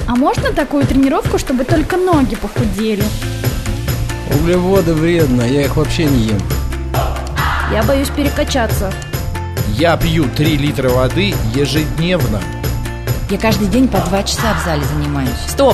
А можно такую тренировку, чтобы только ноги похудели? Углеводы вредно, я их вообще не ем. Я боюсь перекачаться. Я пью 3 литра воды ежедневно. Я каждый день по 2 часа в зале занимаюсь. Стоп.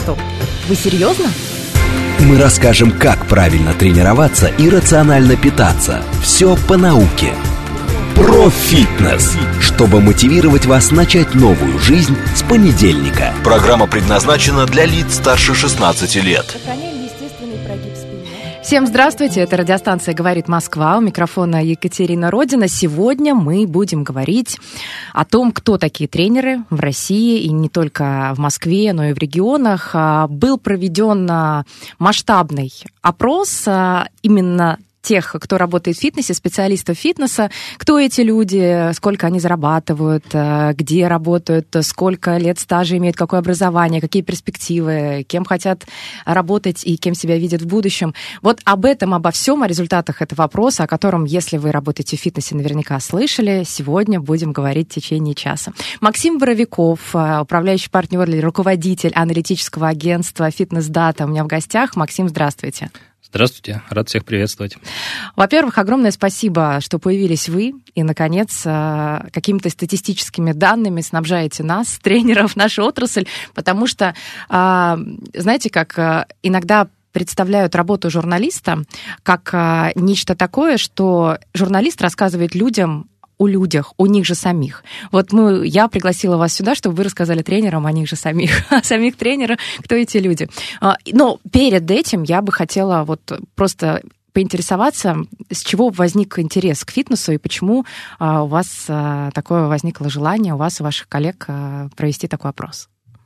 Вы серьезно? Мы расскажем, как правильно тренироваться и рационально питаться. Все по науке. Про фитнес, чтобы мотивировать вас начать новую жизнь с понедельника. Программа предназначена для лиц старше 16 лет. Сохраняем естественный прогиб спины. Всем здравствуйте, это радиостанция «Говорит Москва», у микрофона Екатерина Родина. Сегодня мы будем говорить о том, кто такие тренеры в России, и не только в Москве, но и в регионах. Был проведен масштабный опрос именно тех, кто работает в фитнесе, специалистов фитнеса, кто эти люди, сколько они зарабатывают, где работают, сколько лет стажа имеют, какое образование, какие перспективы, кем хотят работать и кем себя видят в будущем. Вот об этом, обо всем, о результатах этого опроса, о котором, если вы работаете в фитнесе, наверняка слышали, сегодня будем говорить в течение часа. Максим Боровиков, управляющий партнер или руководитель аналитического агентства «Фитнес-дата» у меня в гостях. Максим, здравствуйте. Здравствуйте, рад всех приветствовать. Во-первых, огромное спасибо, что появились вы и, наконец, какими-то статистическими данными снабжаете нас, тренеров, нашу отрасль, потому что, знаете, как иногда представляют работу журналиста как нечто такое, что журналист рассказывает людям о людях, о них же самих. Вот я пригласила вас сюда, чтобы вы рассказали тренерам о них же самих, о самих тренерах, кто эти люди. Но перед этим я бы хотела вот просто поинтересоваться, с чего возник интерес к фитнесу и почему у вас такое возникло желание, у вас и ваших коллег провести такой опрос.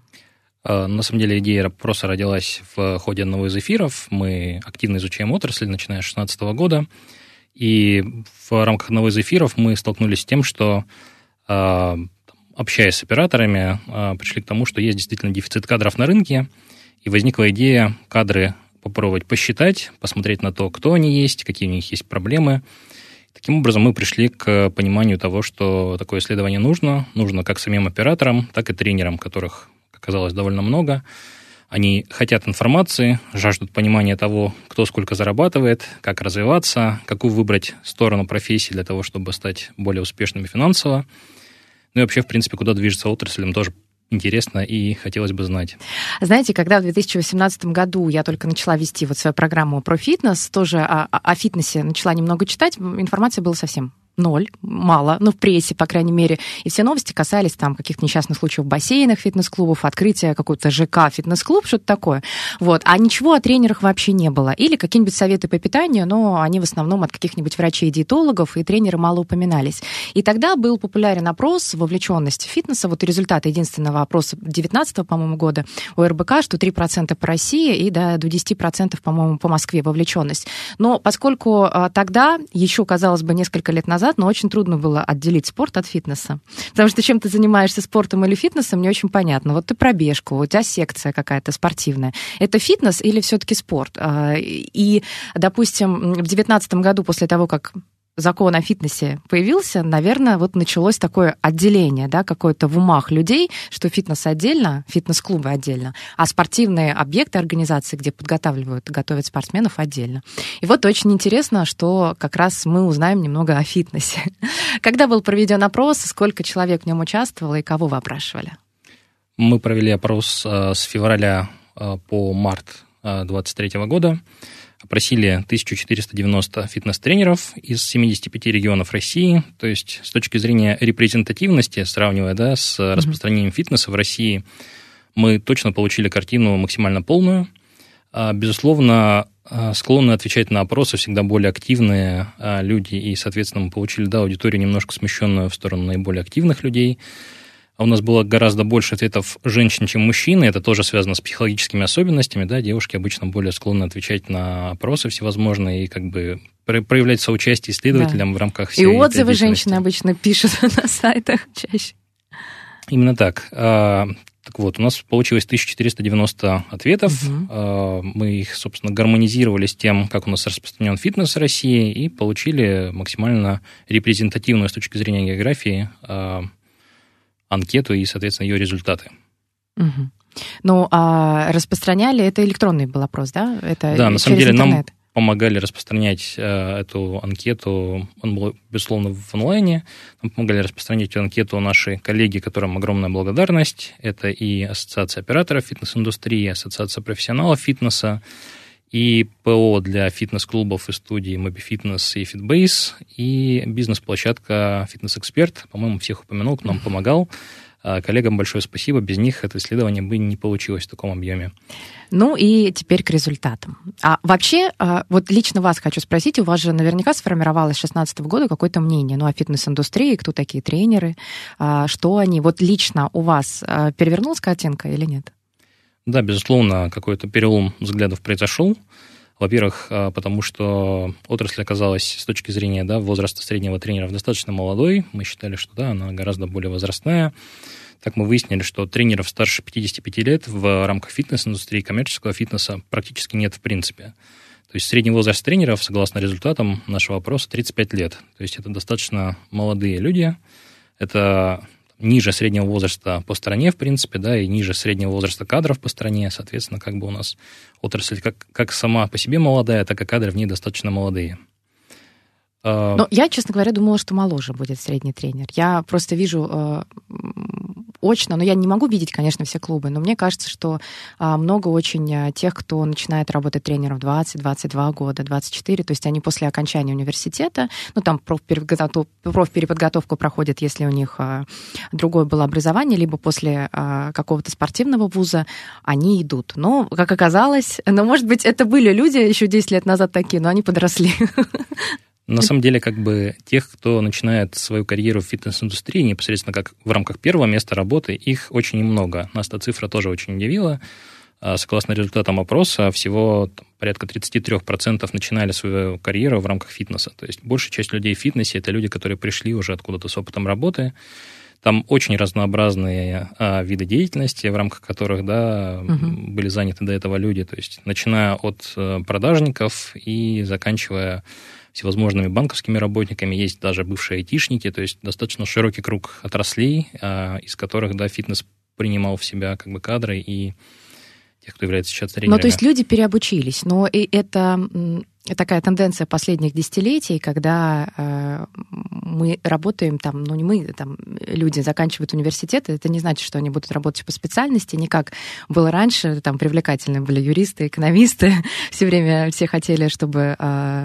На самом деле идея опроса родилась в ходе одного из эфиров. Мы активно изучаем отрасль, начиная с 2016 года. И в рамках одного из эфиров мы столкнулись с тем, что, общаясь с операторами, пришли к тому, что есть действительно дефицит кадров на рынке, и возникла идея кадры попробовать посчитать, посмотреть на то, кто они есть, какие у них есть проблемы. Таким образом, мы пришли к пониманию того, что такое исследование нужно как самим операторам, так и тренерам, которых оказалось довольно много. Они хотят информации, жаждут понимания того, кто сколько зарабатывает, как развиваться, какую выбрать сторону профессии для того, чтобы стать более успешными финансово. Ну и вообще, в принципе, куда движется отрасль, им тоже интересно и хотелось бы знать. Знаете, когда в 2018 году я только начала вести вот свою программу про фитнес, тоже о фитнесе начала немного читать, информации было совсем ноль, мало, в прессе, по крайней мере. И все новости касались там каких-то несчастных случаев в бассейнах фитнес-клубов, открытия какого-то ЖК, фитнес-клуб, что-то такое. Вот. А ничего о тренерах вообще не было. Или какие-нибудь советы по питанию, но они в основном от каких-нибудь врачей-диетологов, и тренеры мало упоминались. И тогда был популярен опрос вовлеченности фитнеса. Вот результаты единственного опроса 2019, по-моему, года у РБК, что 3% по России и до 10%, по-моему, по Москве вовлеченность. Но поскольку тогда, еще, казалось бы, несколько лет назад, но очень трудно было отделить спорт от фитнеса. Потому что чем ты занимаешься, спортом или фитнесом, не очень понятно. Вот ты пробежку, у тебя секция какая-то спортивная. Это фитнес или все-таки спорт? И, допустим, в 2019 году, после того, как закон о фитнесе появился, наверное, вот началось такое отделение, да, какое-то в умах людей, что фитнес отдельно, фитнес-клубы отдельно, а спортивные объекты организации, где готовят спортсменов, отдельно. И вот очень интересно, что как раз мы узнаем немного о фитнесе. Когда был проведен опрос, сколько человек в нем участвовало и кого вы опрашивали? Мы провели опрос с февраля по март 2023 года. Опросили 1490 фитнес-тренеров из 75 регионов России. То есть с точки зрения репрезентативности, сравнивая с распространением фитнеса в России, мы точно получили картину максимально полную. Безусловно, склонны отвечать на опросы всегда более активные люди, и, соответственно, мы получили аудиторию немножко смещенную в сторону наиболее активных людей. А у нас было гораздо больше ответов женщин, чем мужчин, и это тоже связано с психологическими особенностями, да, девушки обычно более склонны отвечать на опросы всевозможные и как бы проявлять соучастие исследователям в рамках всей И отзывы женщины обычно пишут на сайтах чаще. Именно так. Так вот, у нас получилось 1490 ответов. Мы их, собственно, гармонизировали с тем, как у нас распространен фитнес в России, и получили максимально репрезентативную с точки зрения географии анкету и, соответственно, ее результаты. Ну, а распространяли, это электронный был опрос, да? Это да, на самом деле интернет. нам помогали распространять эту анкету, он был, безусловно, в онлайне, нам помогали распространять эту анкету наши коллеги, которым огромная благодарность. Это и Ассоциация операторов фитнес-индустрии, Ассоциация профессионалов фитнеса, и ПО для фитнес-клубов и студий Mobi Fitness и Fitbase, и бизнес-площадка «Фитнес-эксперт». По-моему, всех упомянул, кто нам помогал. Коллегам большое спасибо. Без них это исследование бы не получилось в таком объеме. Ну и теперь к результатам. А вообще, вот лично вас хочу спросить, у вас же наверняка сформировалось с 2016 года какое-то мнение, о фитнес-индустрии, кто такие тренеры, что они. Вот лично у вас перевернулась картинка или нет? Да, безусловно, какой-то перелом взглядов произошел. Во-первых, потому что отрасль оказалась с точки зрения возраста среднего тренера достаточно молодой. Мы считали, что она гораздо более возрастная. Так мы выяснили, что тренеров старше 55 лет в рамках фитнес-индустрии, коммерческого фитнеса практически нет в принципе. То есть средний возраст тренеров, согласно результатам нашего опроса, 35 лет. То есть это достаточно молодые люди. Это ниже среднего возраста по стране, в принципе, и ниже среднего возраста кадров по стране. Соответственно, у нас отрасль как сама по себе молодая, так и кадры в ней достаточно молодые. Но я, честно говоря, думала, что моложе будет средний тренер. Я просто вижу очно, но я не могу видеть, конечно, все клубы, но мне кажется, что много очень тех, кто начинает работать тренером в 20, 22 года, 24, то есть они после окончания университета, там профпереподготовку проходят, если у них другое было образование, либо после какого-то спортивного вуза, они идут. Но, как оказалось, может быть, это были люди еще 10 лет назад такие, но они подросли. На самом деле, тех, кто начинает свою карьеру в фитнес-индустрии непосредственно как в рамках первого места работы, их очень немного. Нас эта цифра тоже очень удивила. Согласно результатам опроса, всего порядка 33% начинали свою карьеру в рамках фитнеса. То есть большая часть людей в фитнесе – это люди, которые пришли уже откуда-то с опытом работы. Там очень разнообразные виды деятельности, в рамках которых были заняты до этого люди. То есть начиная от продажников и заканчивая всевозможными банковскими работниками, есть даже бывшие айтишники, то есть достаточно широкий круг отраслей, из которых, фитнес принимал в себя кадры и тех, кто является сейчас тренерами. То есть люди переобучились, но и это такая тенденция последних десятилетий, когда мы работаем не мы, люди заканчивают университет, это не значит, что они будут работать по специальности, не как было раньше, привлекательны были юристы, экономисты, все время все хотели, чтобы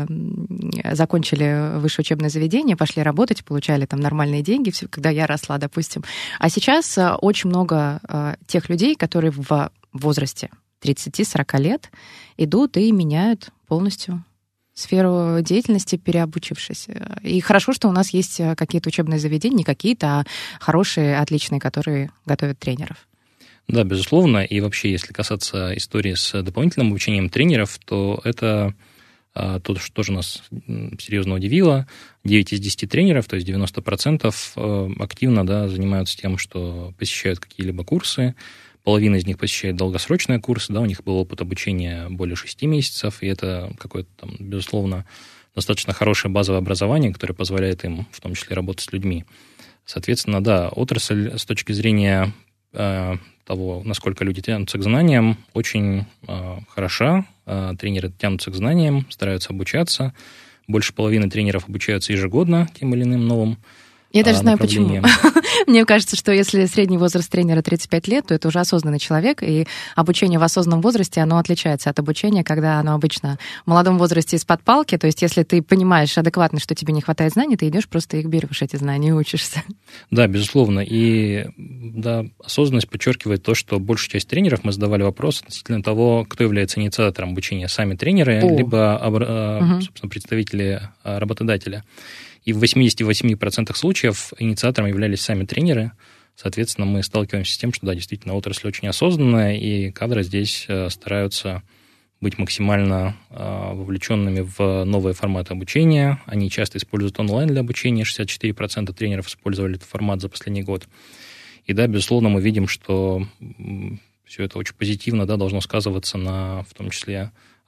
закончили высшее учебное заведение, пошли работать, получали нормальные деньги, когда я росла, допустим. А сейчас очень много тех людей, которые в возрасте 30-40 лет идут и меняют полностью сферу деятельности, переобучившись. И хорошо, что у нас есть какие-то учебные заведения, не какие-то, а хорошие, отличные, которые готовят тренеров. Да, безусловно. И вообще, если касаться истории с дополнительным обучением тренеров, то это то, что тоже нас серьезно удивило. 9 из 10 тренеров, то есть 90%, активно занимаются тем, что посещают какие-либо курсы. Половина из них посещает долгосрочные курсы, у них был опыт обучения более 6 месяцев, и это какое-то безусловно, достаточно хорошее базовое образование, которое позволяет им в том числе работать с людьми. Соответственно, отрасль с точки зрения того, насколько люди тянутся к знаниям, очень хороша. Тренеры тянутся к знаниям, стараются обучаться. Больше половины тренеров обучаются ежегодно тем или иным новым. Я даже знаю, почему. Мне кажется, что если средний возраст тренера 35 лет, то это уже осознанный человек, и обучение в осознанном возрасте, оно отличается от обучения, когда оно обычно в молодом возрасте из-под палки, то есть если ты понимаешь адекватно, что тебе не хватает знаний, ты идешь, просто их берешь, эти знания, и учишься. Да, безусловно. И осознанность подчеркивает то, что большая часть тренеров, мы задавали вопрос относительно того, кто является инициатором обучения, сами тренеры, либо, собственно, представители работодателя. И в 88% случаев инициатором являлись сами тренеры. Соответственно, мы сталкиваемся с тем, что, действительно, отрасль очень осознанная, и кадры здесь стараются быть максимально вовлеченными в новые форматы обучения. Они часто используют онлайн для обучения. 64% тренеров использовали этот формат за последний год. И, безусловно, мы видим, что все это очень позитивно должно сказываться на, в том числе,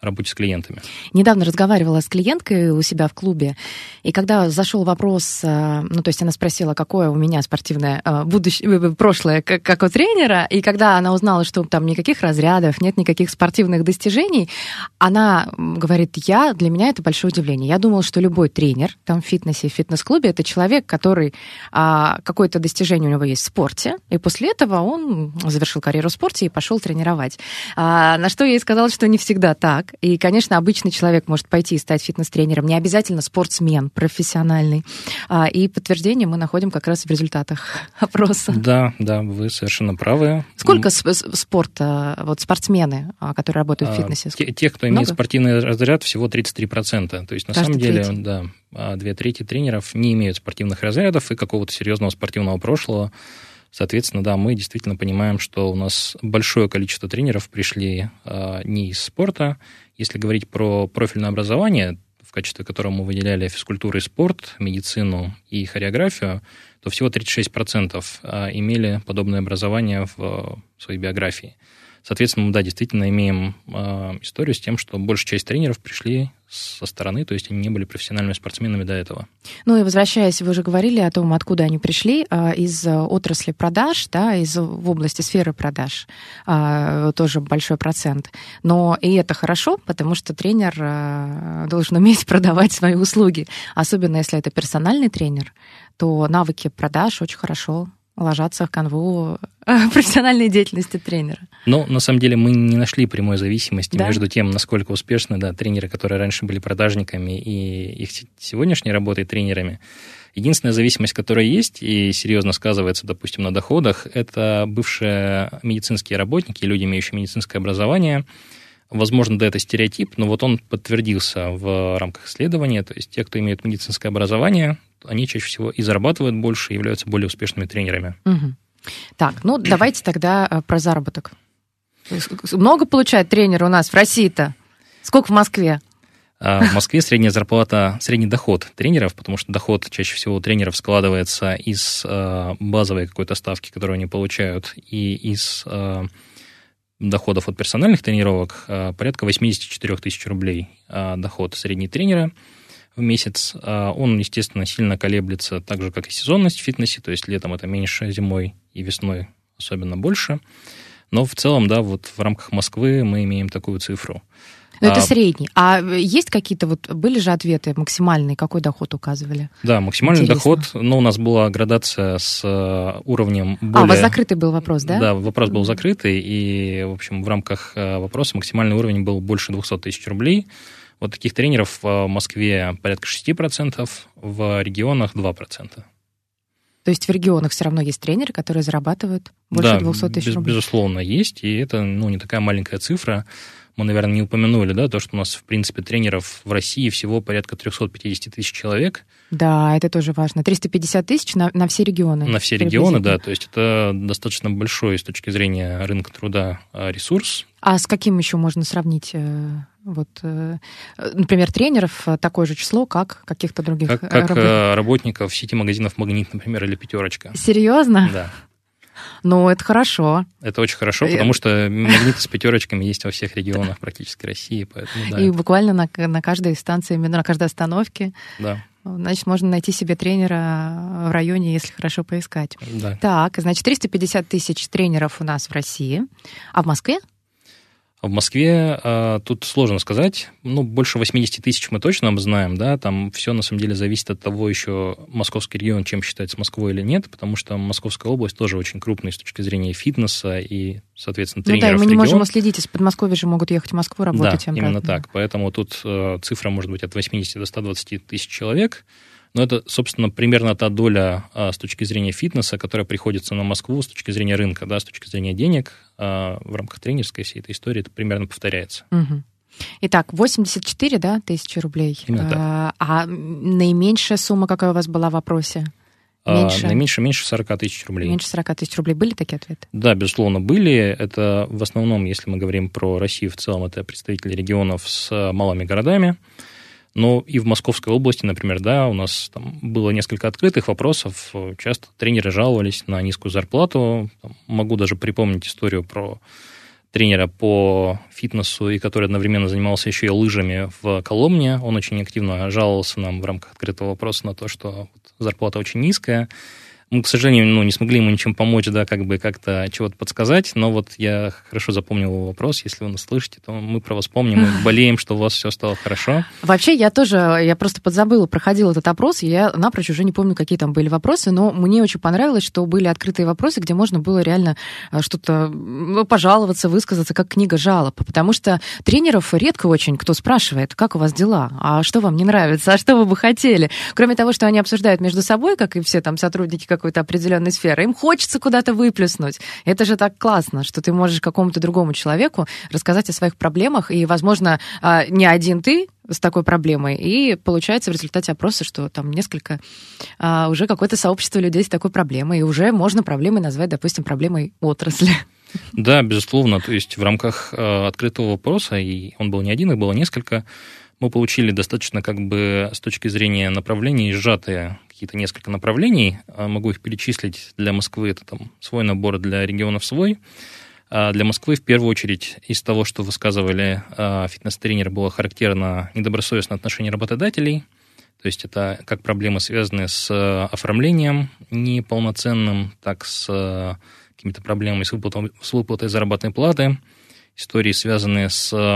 работе с клиентами. Недавно разговаривала с клиенткой у себя в клубе, и когда зашел вопрос, то есть она спросила, какое у меня спортивное прошлое как у тренера, и когда она узнала, что там никаких разрядов, нет никаких спортивных достижений, она говорит, для меня это большое удивление. Я думала, что любой тренер там в фитнесе, в фитнес-клубе, это человек, который какое-то достижение у него есть в спорте, и после этого он завершил карьеру в спорте и пошел тренировать. На что я ей сказала, что не всегда так. И, конечно, обычный человек может пойти и стать фитнес-тренером, не обязательно спортсмен профессиональный. И подтверждение мы находим как раз в результатах опроса. Да, вы совершенно правы. Сколько спортсмены, которые работают в фитнесе? Тех, кто имеет спортивный разряд, всего 33%. То есть, на самом деле, 2/3 тренеров не имеют спортивных разрядов и какого-то серьезного спортивного прошлого. Соответственно, мы действительно понимаем, что у нас большое количество тренеров пришли не из спорта. Если говорить про профильное образование, в качестве которого мы выделяли физкультуру и спорт, медицину и хореографию, то всего 36% имели подобное образование в своей биографии. Соответственно, мы, действительно имеем историю с тем, что большая часть тренеров пришли со стороны, то есть они не были профессиональными спортсменами до этого. Ну и возвращаясь, вы уже говорили о том, откуда они пришли, из отрасли продаж, в области сферы продаж, тоже большой процент. Но и это хорошо, потому что тренер должен уметь продавать свои услуги. Особенно если это персональный тренер, то навыки продаж очень хорошо ложатся в канву профессиональной деятельности тренера. Но на самом деле мы не нашли прямой зависимости между тем, насколько успешны тренеры, которые раньше были продажниками, и их сегодняшней работой тренерами. Единственная зависимость, которая есть и серьезно сказывается, допустим, на доходах, это бывшие медицинские работники, люди, имеющие медицинское образование. Возможно, это стереотип, но он подтвердился в рамках исследования. То есть те, кто имеет медицинское образование, они чаще всего и зарабатывают больше, и являются более успешными тренерами. Угу. Так, давайте тогда про заработок. Много получает тренер у нас в России-то? Сколько в Москве? В Москве средняя зарплата, средний доход тренеров, потому что доход чаще всего у тренеров складывается из базовой какой-то ставки, которую они получают, и из доходов от персональных тренировок, порядка 84 тысяч рублей доход средней тренера в месяц. Он, естественно, сильно колеблется, так же, как и сезонность в фитнесе, то есть летом это меньше, зимой и весной особенно больше. Но в целом, в рамках Москвы мы имеем такую цифру. Но это средний. А есть какие-то, были же ответы максимальные, какой доход указывали? Да, максимальный доход, у нас была градация с уровнем более... у вас закрытый был вопрос, да? Да, вопрос был закрытый, и, в общем, в рамках вопроса максимальный уровень был больше 200 тысяч рублей. Таких тренеров в Москве порядка 6%, в регионах 2%. То есть в регионах все равно есть тренеры, которые зарабатывают больше 200 тысяч рублей? Безусловно, есть, и это не такая маленькая цифра. Мы, наверное, не упомянули, то, что у нас, в принципе, тренеров в России всего порядка 350 тысяч человек. Да, это тоже важно. 350 тысяч на все регионы. На все регионы, да. То есть это достаточно большой с точки зрения рынка труда ресурс. А с каким еще можно сравнить, например, тренеров такое же число, как каких-то других работников сети магазинов «Магнит», например, или «Пятерочка». Серьезно? Да. Это хорошо. Это очень хорошо, потому что магниты с пятерочками есть во всех регионах практически России. Поэтому, и буквально на каждой станции, на каждой остановке. Да. Значит, можно найти себе тренера в районе, если хорошо поискать. Да. Так, значит, 350 тысяч тренеров у нас в России. А в Москве? В Москве тут сложно сказать. Больше 80 тысяч мы точно знаем, там все на самом деле зависит от того еще, московский регион чем считается Москвой или нет, потому что Московская область тоже очень крупная с точки зрения фитнеса и, соответственно, тренеров. Мы не можем уследить, из Подмосковья же могут ехать в Москву работать. Да, именно так. Поэтому тут цифра может быть от 80 до 120 тысяч человек. Но это, собственно, примерно та доля с точки зрения фитнеса, которая приходится на Москву с точки зрения рынка, с точки зрения денег. В рамках тренерской всей этой истории это примерно повторяется. Угу. Итак, 84 тысячи рублей. Именно так. А наименьшая сумма, какая у вас была в вопросе? Меньше 40 тысяч рублей. Меньше 40 тысяч рублей. Были такие ответы? Да, безусловно, были. Это в основном, если мы говорим про Россию в целом, это представители регионов с малыми городами. Но и в Московской области, например, у нас там было несколько открытых вопросов. Часто тренеры жаловались на низкую зарплату. Могу даже припомнить историю про тренера по фитнесу, и который одновременно занимался еще и лыжами в Коломне. Он очень активно жаловался нам в рамках открытого вопроса на то, что зарплата очень низкая. Мы, к сожалению, не смогли ему ничем помочь, да, как-то чего-то подсказать, но вот я хорошо запомнил его вопрос. Если вы нас слышите, то мы про вас помним и болеем, что у вас все стало хорошо. Вообще, я просто подзабыла, проходила этот опрос, и я напрочь уже не помню, какие там были вопросы, но мне очень понравилось, что были открытые вопросы, где можно было реально что-то пожаловаться, высказаться, как книга жалоб, потому что тренеров редко очень кто спрашивает, как у вас дела, а что вам не нравится, а что вы бы хотели. Кроме того, что они обсуждают между собой, как и все там сотрудники какой-то определенной сферы, им хочется куда-то выплеснуть. Это же так классно, что ты можешь какому-то другому человеку рассказать о своих проблемах, и, возможно, не один ты с такой проблемой, и получается в результате опроса, что там несколько, уже какое-то сообщество людей с такой проблемой, и уже можно проблемой назвать, допустим, проблемой отрасли. Да, безусловно, то есть в рамках открытого вопроса, и он был не один, их было несколько, мы получили достаточно с точки зрения направлений сжатые какие-то несколько направлений. Могу их перечислить. Для Москвы это там свой набор, для регионов свой. А для Москвы в первую очередь из того, что высказывали фитнес-тренеры, было характерно недобросовестное отношение работодателей. То есть это как проблемы, связанные с оформлением неполноценным, так с какими-то проблемами с выплатой заработной платы, истории, связанные с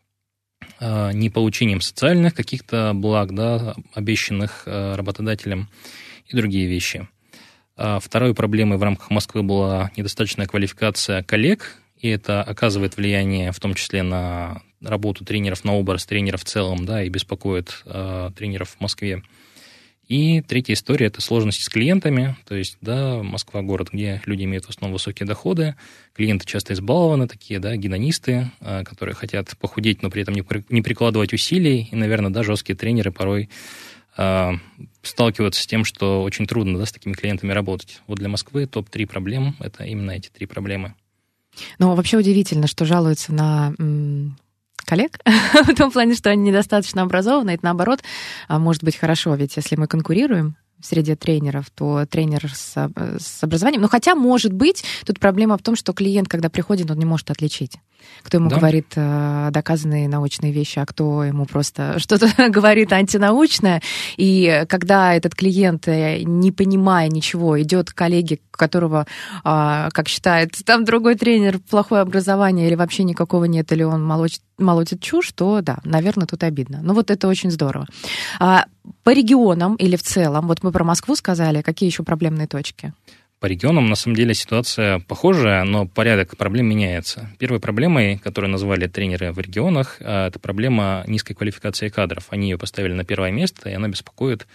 неполучением социальных каких-то благ, да, обещанных работодателям, и другие вещи. Второй проблемой в рамках Москвы была недостаточная квалификация коллег, и это оказывает влияние в том числе на работу тренеров, на образ тренеров в целом, да, и беспокоит тренеров в Москве. И третья история – это сложности с клиентами, то есть, да, Москва – город, где люди имеют в основном высокие доходы, клиенты часто избалованы такие, да, гедонисты, которые хотят похудеть, но при этом не прикладывать усилий, и, наверное, да, жесткие тренеры порой сталкиваются с тем, что очень трудно, да, с такими клиентами работать. Вот для Москвы топ-3 проблем – это именно эти 3 проблемы. Ну, вообще удивительно, что жалуются на коллег, в том плане, что они недостаточно образованы, это наоборот может быть хорошо, ведь если мы конкурируем в среде тренеров, то тренер с образованием, но хотя, может быть, тут проблема в том, что клиент, когда приходит, он не может отличить, кто ему говорит доказанные научные вещи, а кто ему просто что-то говорит антинаучное. И когда этот клиент, не понимая ничего, идет к коллеге, у которого, как считает там другой тренер, плохое образование или вообще никакого нет, или он молотит чушь, то да, наверное, тут обидно. Но вот это очень здорово. По регионам или в целом, вот мы про Москву сказали, какие еще проблемные точки? По регионам, на самом деле, ситуация похожая, но порядок проблем меняется. Первой проблемой, которую назвали тренеры в регионах, это проблема низкой квалификации кадров. Они ее поставили на первое место, и она беспокоит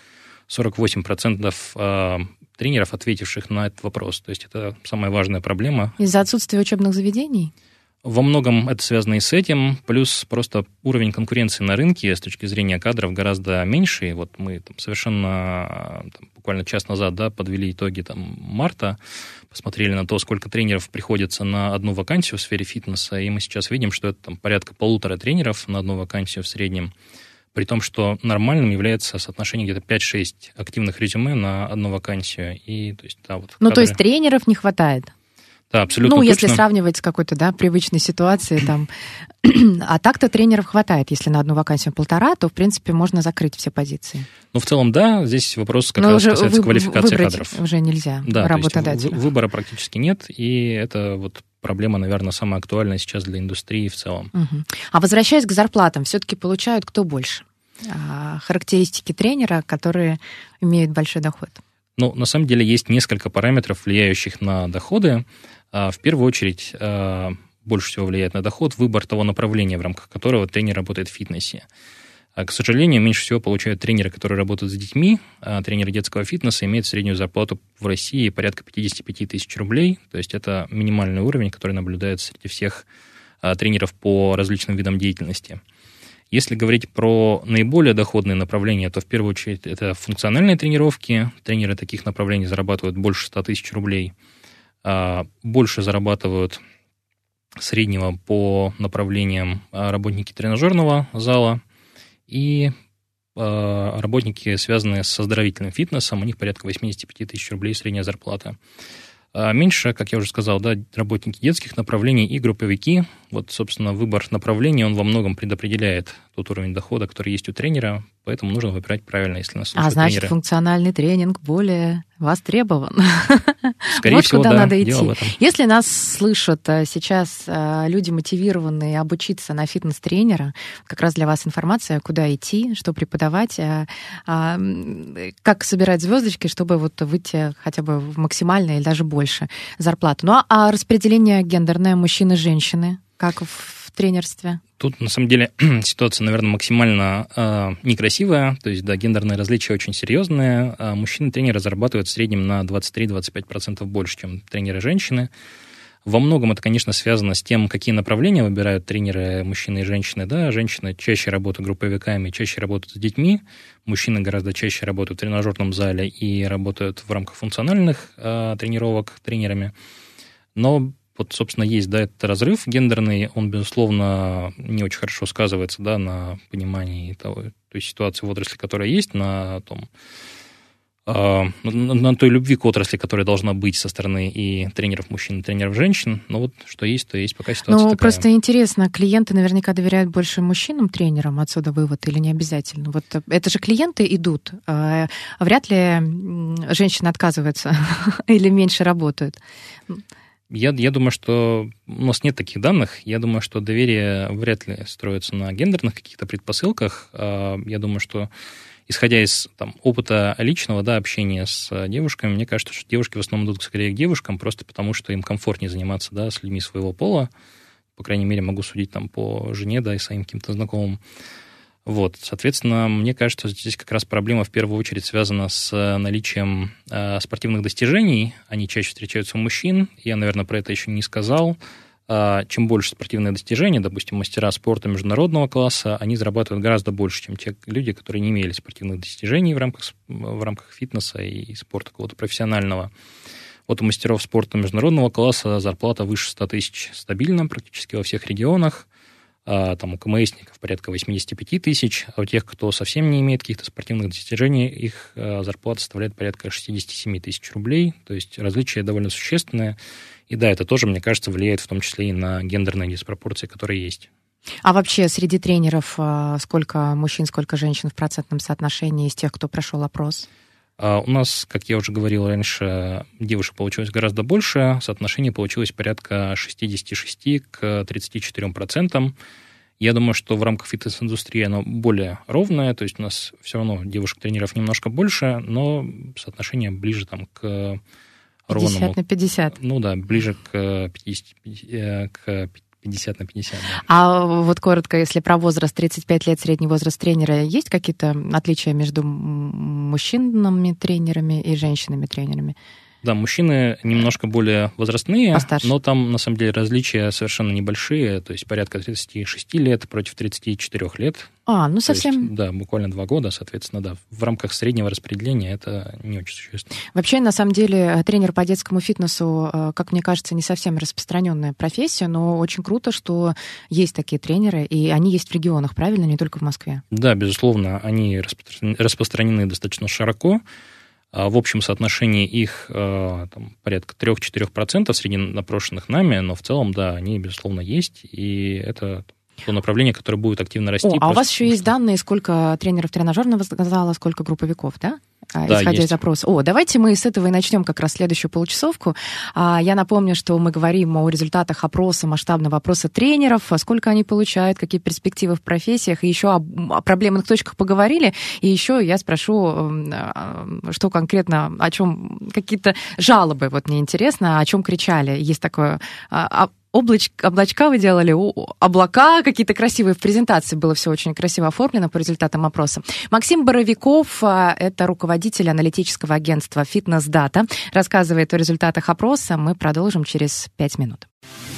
48% тренеров, ответивших на этот вопрос. То есть это самая важная проблема. Из-за отсутствия учебных заведений? Во многом это связано и с этим, плюс просто уровень конкуренции на рынке с точки зрения кадров гораздо меньше. Вот мы совершенно буквально час назад, да, подвели итоги марта, посмотрели на то, сколько тренеров приходится на одну вакансию в сфере фитнеса, и мы сейчас видим, что это порядка 1,5 тренеров на одну вакансию в среднем, при том, что нормальным является соотношение где-то 5-6 активных резюме на одну вакансию. И, то есть, да, вот кадры... то есть тренеров не хватает? Да, абсолютно точно. Если сравнивать с какой-то, да, привычной ситуацией, там, а так-то тренеров хватает. Если на одну вакансию 1,5, то, в принципе, можно закрыть все позиции. В целом, да, здесь вопрос как раз касается квалификации кадров. Уже нельзя, да, работодателю. Выбора практически нет, и это вот проблема, наверное, самая актуальная сейчас для индустрии в целом. Угу. А возвращаясь к зарплатам, все-таки получают кто больше? Характеристики тренера, которые имеют большой доход? Ну, на самом деле есть несколько параметров, влияющих на доходы. В первую очередь, больше всего влияет на доход выбор того направления, в рамках которого тренер работает в фитнесе. К сожалению, меньше всего получают тренеры, которые работают с детьми. Тренеры детского фитнеса имеют среднюю зарплату в России порядка 55 тысяч рублей. То есть это минимальный уровень, который наблюдается среди всех тренеров по различным видам деятельности. Если говорить про наиболее доходные направления, то в первую очередь это функциональные тренировки. Тренеры таких направлений зарабатывают больше 100 тысяч рублей. Больше зарабатывают среднего по направлениям работники тренажерного зала и работники, связанные с оздоровительным фитнесом. У них порядка 85 тысяч рублей средняя зарплата. Меньше, как я уже сказал, да, работники детских направлений и групповики. Вот, собственно, выбор направлений, он во многом предопределяет тот уровень дохода, который есть у тренера, поэтому нужно выбирать правильно, если нас слушают значит, тренеры. Функциональный тренинг более востребован. Скорее вот всего, куда да, надо идти. дело в этом. Если нас слышат сейчас люди, мотивированные обучиться на фитнес-тренера, как раз для вас информация, куда идти, что преподавать, как собирать звездочки, чтобы вот выйти хотя бы в максимальное или даже больше зарплату. Ну а распределение гендерное мужчины-женщины, как в тренерстве? Тут, на самом деле, ситуация, наверное, максимально некрасивая. То есть, да, гендерные различия очень серьезные. Мужчины-тренеры зарабатывают в среднем на 23-25% больше, чем тренеры-женщины. Во многом это, конечно, связано с тем, какие направления выбирают тренеры мужчины и женщины. Да, женщины чаще работают групповиками, чаще работают с детьми. Мужчины гораздо чаще работают в тренажерном зале и работают в рамках функциональных тренировок тренерами. Но вот, собственно, есть, да, этот разрыв гендерный, он, безусловно, не очень хорошо сказывается, да, на понимании той ситуации в отрасли, которая есть, на той любви к отрасли, которая должна быть со стороны и тренеров мужчин, и тренеров женщин. Но вот что есть, то есть. Пока ситуация такая. Просто интересно, клиенты наверняка доверяют больше мужчинам-тренерам, отсюда вывод, или не обязательно? Вот это же клиенты идут, вряд ли женщины отказываются или меньше работают. Я думаю, что у нас нет таких данных. Я думаю, что доверие вряд ли строится на гендерных каких-то предпосылках. Я думаю, что, исходя из опыта личного, да, общения с девушками, мне кажется, что девушки в основном идут скорее к девушкам, просто потому что им комфортнее заниматься, да, с людьми своего пола. По крайней мере, могу судить по жене, да, и своим каким-то знакомым. Вот, соответственно, мне кажется, здесь как раз проблема в первую очередь связана с наличием спортивных достижений. Они чаще встречаются у мужчин. Я, наверное, про это еще не сказал. Чем больше спортивные достижения, допустим, мастера спорта международного класса, они зарабатывают гораздо больше, чем те люди, которые не имели спортивных достижений в рамках фитнеса и спорта какого-то профессионального. Вот у мастеров спорта международного класса зарплата выше 100 тысяч стабильно практически во всех регионах. У КМСников порядка 85 тысяч, а у тех, кто совсем не имеет каких-то спортивных достижений, их зарплата составляет порядка 67 тысяч рублей. То есть различия довольно существенные. И да, это тоже, мне кажется, влияет в том числе и на гендерные диспропорции, которые есть. А вообще среди тренеров сколько мужчин, сколько женщин в процентном соотношении из тех, кто прошел опрос? У нас, как я уже говорил раньше, девушек получилось гораздо больше. Соотношение получилось порядка 66 к 34%. Я думаю, что в рамках фитнес-индустрии оно более ровное, то есть у нас все равно девушек-тренеров немножко больше, но соотношение ближе к ровному. 50 на 50. Ну да, ближе к 50 на 50. Да. А вот коротко, если про возраст, 35 лет, средний возраст тренера, есть какие-то отличия между мужчинами-тренерами и женщинами-тренерами? Да, мужчины немножко более возрастные, постарше. Но там, на самом деле, различия совершенно небольшие, то есть порядка 36 лет против 34 лет. Ну совсем... То есть, да, буквально 2 года, соответственно, да. В рамках среднего распределения это не очень существенно. Вообще, на самом деле, тренер по детскому фитнесу, как мне кажется, не совсем распространенная профессия, но очень круто, что есть такие тренеры, и они есть в регионах, правильно, не только в Москве? Да, безусловно, они распространены достаточно широко. В общем соотношении их порядка 3-4% среди напрошенных нами, но в целом, да, они, безусловно, есть, и это то направление, которое будет активно расти. А у вас еще есть данные, сколько тренеров тренажерного зала, сколько групповиков, да? Да, исходя есть. из опроса. Давайте мы с этого и начнем как раз следующую получасовку. Я напомню, что мы говорим о результатах опроса, масштабного опроса тренеров, сколько они получают, какие перспективы в профессиях, и еще о проблемных точках поговорили, и еще я спрошу, что конкретно, о чем какие-то жалобы, вот мне интересно, о чем кричали. Есть такое... Облачка вы делали, облака, какие-то красивые в презентации, было все очень красиво оформлено по результатам опроса. Максим Боровиков, это руководитель аналитического агентства Fitness Data, рассказывает о результатах опроса. Мы продолжим через 5 минут.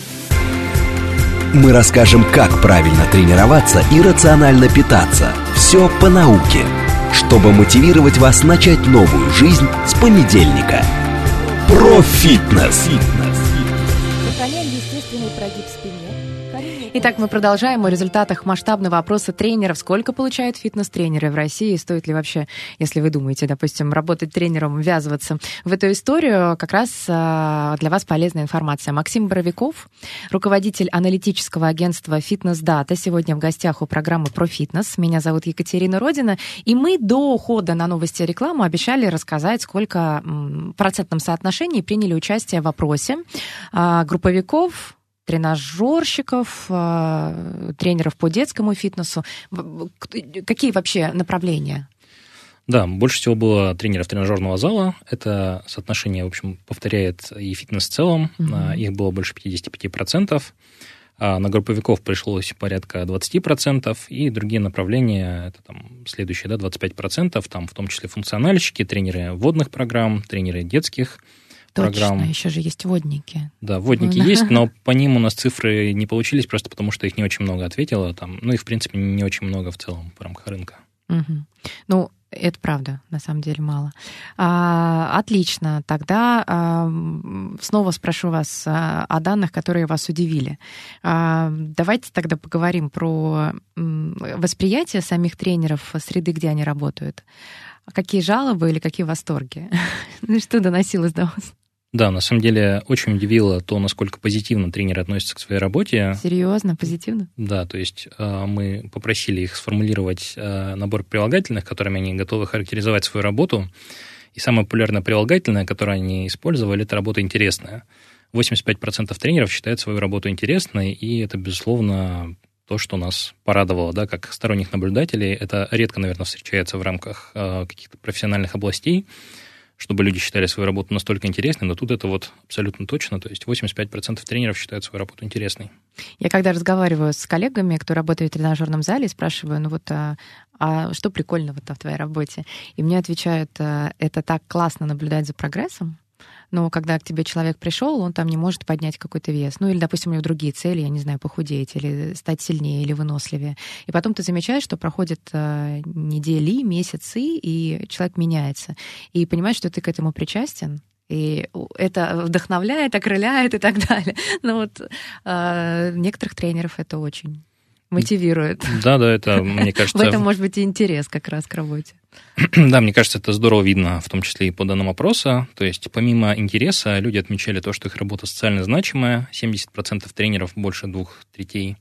Мы расскажем, как правильно тренироваться и рационально питаться. Все по науке, чтобы мотивировать вас начать новую жизнь с понедельника. Про фитнес. Сохраняем естественный прогиб спины. Итак, мы продолжаем о результатах масштабного опроса тренеров. Сколько получают фитнес-тренеры в России? Стоит ли вообще, если вы думаете, допустим, работать тренером, ввязываться в эту историю? Как раз для вас полезная информация. Максим Боровиков, руководитель аналитического агентства «Фитнес-дата», сегодня в гостях у программы «Про фитнес». Меня зовут Екатерина Родина. И мы до ухода на новости и рекламу обещали рассказать, сколько в процентном соотношении приняли участие в опросе групповиков, тренажерщиков, тренеров по детскому фитнесу. Какие вообще направления? Да, больше всего было тренеров тренажерного зала. Это соотношение, в общем, повторяет и фитнес в целом. Их было больше 55%. На групповиков пришлось порядка 20%. И другие направления, это там следующие, да, 25%. Там в том числе функциональщики, тренеры водных программ, тренеры детских программ. Точно, еще же есть водники. Да, водники есть, но по ним у нас цифры не получились, просто потому что их не очень много ответило. Там, ну и, в принципе, не очень много в целом в рамках рынка. Ну, это правда, на самом деле мало. Отлично. Тогда снова спрошу вас о данных, которые вас удивили. Давайте тогда поговорим про восприятие самих тренеров среды, где они работают. Какие жалобы или какие восторги? Что доносилось до вас? Да, на самом деле очень удивило то, насколько позитивно тренеры относятся к своей работе. Серьезно, позитивно? Да, то есть мы попросили их сформулировать набор прилагательных, которыми они готовы характеризовать свою работу. И самое популярное прилагательное, которое они использовали, это работа интересная. 85% тренеров считают свою работу интересной, и это, безусловно, то, что нас порадовало, да, как сторонних наблюдателей. Это редко, наверное, встречается в рамках каких-то профессиональных областей, чтобы люди считали свою работу настолько интересной, но тут это вот абсолютно точно, то есть 85% тренеров считают свою работу интересной. Я когда разговариваю с коллегами, кто работает в тренажерном зале, спрашиваю, ну вот, а что прикольного-то в твоей работе? И мне отвечают, это так классно наблюдать за прогрессом, но когда к тебе человек пришел, он там не может поднять какой-то вес. Ну или, допустим, у него другие цели, я не знаю, похудеть или стать сильнее или выносливее. И потом ты замечаешь, что проходят недели, месяцы, и человек меняется. И понимаешь, что ты к этому причастен. И это вдохновляет, окрыляет и так далее. Но вот некоторых тренеров это очень мотивирует. Да, это, мне кажется... В этом может быть и интерес как раз к работе. Да, мне кажется, это здорово видно, в том числе и по данным опроса. То есть помимо интереса люди отмечали то, что их работа социально значимая, 70% тренеров, больше 2/3.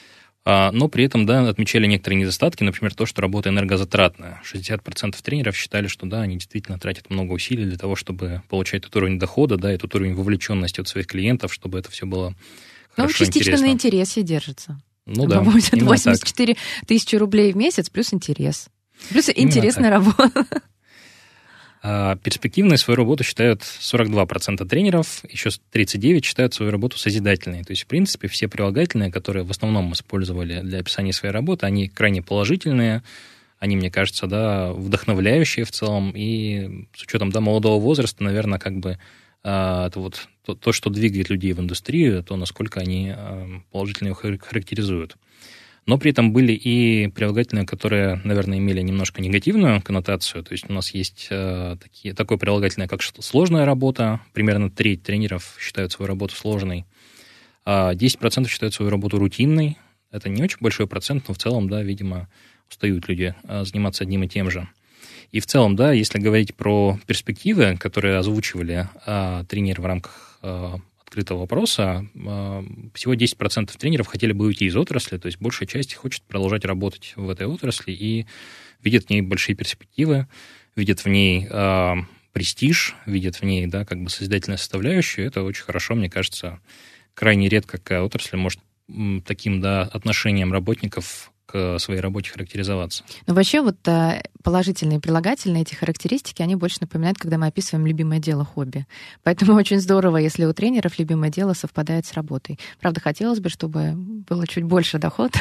Но при этом, да, отмечали некоторые недостатки, например, то, что работа энергозатратная. 60% тренеров считали, что, да, они действительно тратят много усилий для того, чтобы получать тот уровень дохода, да, и тот уровень вовлеченности от своих клиентов, чтобы это все было хорошо, частично интересно. На интересе держится. Ну да, 84 тысячи рублей в месяц плюс интерес. Плюс интересная работа. Перспективной свою работу считают 42% тренеров, еще 39% считают свою работу созидательной. То есть, в принципе, все прилагательные, которые в основном использовали для описания своей работы, они крайне положительные, они, мне кажется, да, вдохновляющие в целом, и с учетом, да, молодого возраста, наверное, как бы это вот то, что двигает людей в индустрию, то, насколько они положительно ее характеризуют. Но при этом были и прилагательные, которые, наверное, имели немножко негативную коннотацию. То есть у нас есть такое прилагательное, как сложная работа. Примерно треть тренеров считают свою работу сложной. 10% считают свою работу рутинной. Это не очень большой процент, но в целом, да, видимо, устают люди заниматься одним и тем же. И в целом, да, если говорить про перспективы, которые озвучивали тренеры в рамках открытого вопроса, всего 10% тренеров хотели бы уйти из отрасли, то есть большая часть хочет продолжать работать в этой отрасли и видят в ней большие перспективы, видят в ней престиж, видят в ней, да, как бы созидательную составляющую. Это очень хорошо, мне кажется. Крайне редко какая отрасль может таким, да, отношением работников к своей работе характеризоваться. Но вообще вот положительные и прилагательные эти характеристики, они больше напоминают, когда мы описываем любимое дело, хобби. Поэтому очень здорово, если у тренеров любимое дело совпадает с работой. Правда, хотелось бы, чтобы было чуть больше доход.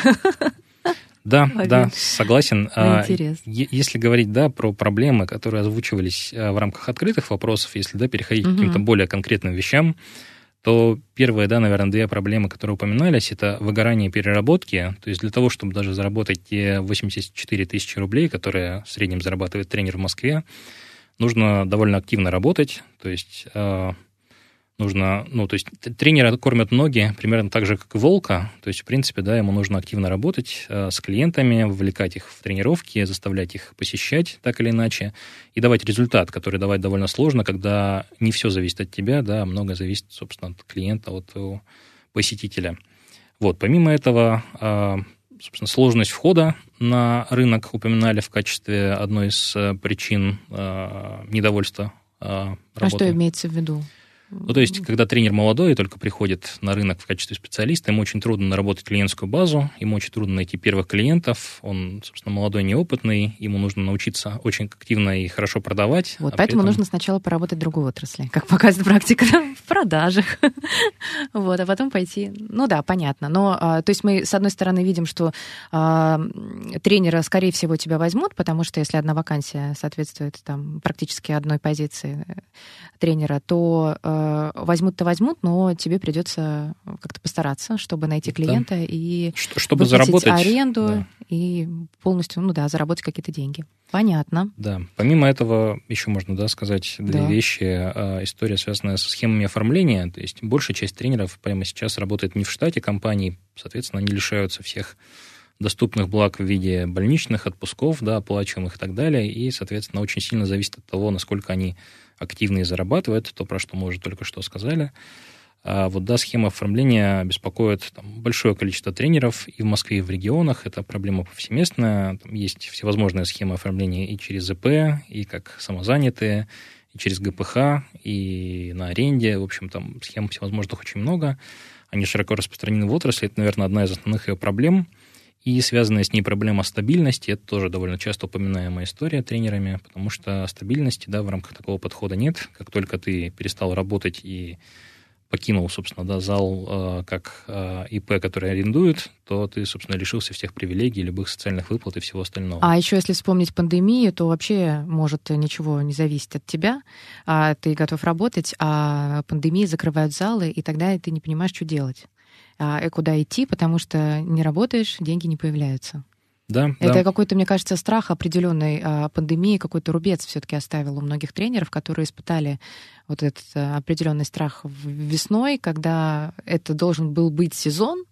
Да, согласен. Интересно. Если говорить, да, про проблемы, которые озвучивались в рамках открытых вопросов, если, да, переходить к каким-то более конкретным вещам, то первые, да, наверное, две проблемы, которые упоминались, это выгорание и переработки. То есть для того, чтобы даже заработать те 84 тысячи рублей, которые в среднем зарабатывает тренер в Москве, нужно довольно активно работать. То есть нужно, то есть тренера кормят ноги примерно так же, как и волка, то есть, в принципе, да, ему нужно активно работать с клиентами, вовлекать их в тренировки, заставлять их посещать так или иначе и давать результат, который давать довольно сложно, когда не все зависит от тебя, да, многое зависит, собственно, от клиента, от посетителя. Вот, помимо этого, собственно, сложность входа на рынок упоминали в качестве одной из причин недовольства работой. А что имеется в виду? То есть, когда тренер молодой и только приходит на рынок в качестве специалиста, ему очень трудно наработать клиентскую базу, ему очень трудно найти первых клиентов, он, собственно, молодой, неопытный, ему нужно научиться очень активно и хорошо продавать. Вот, поэтому нужно сначала поработать в другой отрасли, как показывает практика, в продажах. Вот, а потом пойти... Ну да, понятно. Но, то есть мы, с одной стороны, видим, что тренера, скорее всего, тебя возьмут, потому что если одна вакансия соответствует там практически одной позиции тренера, то возьмут-то возьмут, но тебе придется как-то постараться, чтобы найти клиента и чтобы заработать аренду, да. И полностью, заработать какие-то деньги. Понятно. Да. Помимо этого, еще можно, сказать две вещи. История, связанная со схемами оформления. То есть большая часть тренеров прямо сейчас работает не в штате компании, соответственно, они лишаются всех доступных благ в виде больничных, отпусков, оплачиваемых и так далее, и, соответственно, очень сильно зависит от того, насколько они активно зарабатывают, то, про что мы уже только что сказали. Схема оформления беспокоит большое количество тренеров и в Москве, и в регионах. Это проблема повсеместная. Там есть всевозможные схемы оформления и через ИП, и как самозанятые, и через ГПХ, и на аренде. В общем, там схем всевозможных очень много. Они широко распространены в отрасли. Это, наверное, одна из основных ее проблем. И связанная с ней проблема стабильности, это тоже довольно часто упоминаемая история тренерами, потому что стабильности, в рамках такого подхода нет. Как только ты перестал работать и покинул, собственно, зал как ИП, который арендует, то ты, собственно, лишился всех привилегий, любых социальных выплат и всего остального. А еще если вспомнить пандемию, то вообще может ничего не зависеть от тебя. Ты готов работать, а пандемия закрывают залы, и тогда ты не понимаешь, что делать. И куда идти, потому что не работаешь, деньги не появляются. Да, это какой-то, мне кажется, страх определенной пандемии, какой-то рубец все-таки оставил у многих тренеров, которые испытали вот этот определенный страх весной, когда это должен был быть сезон,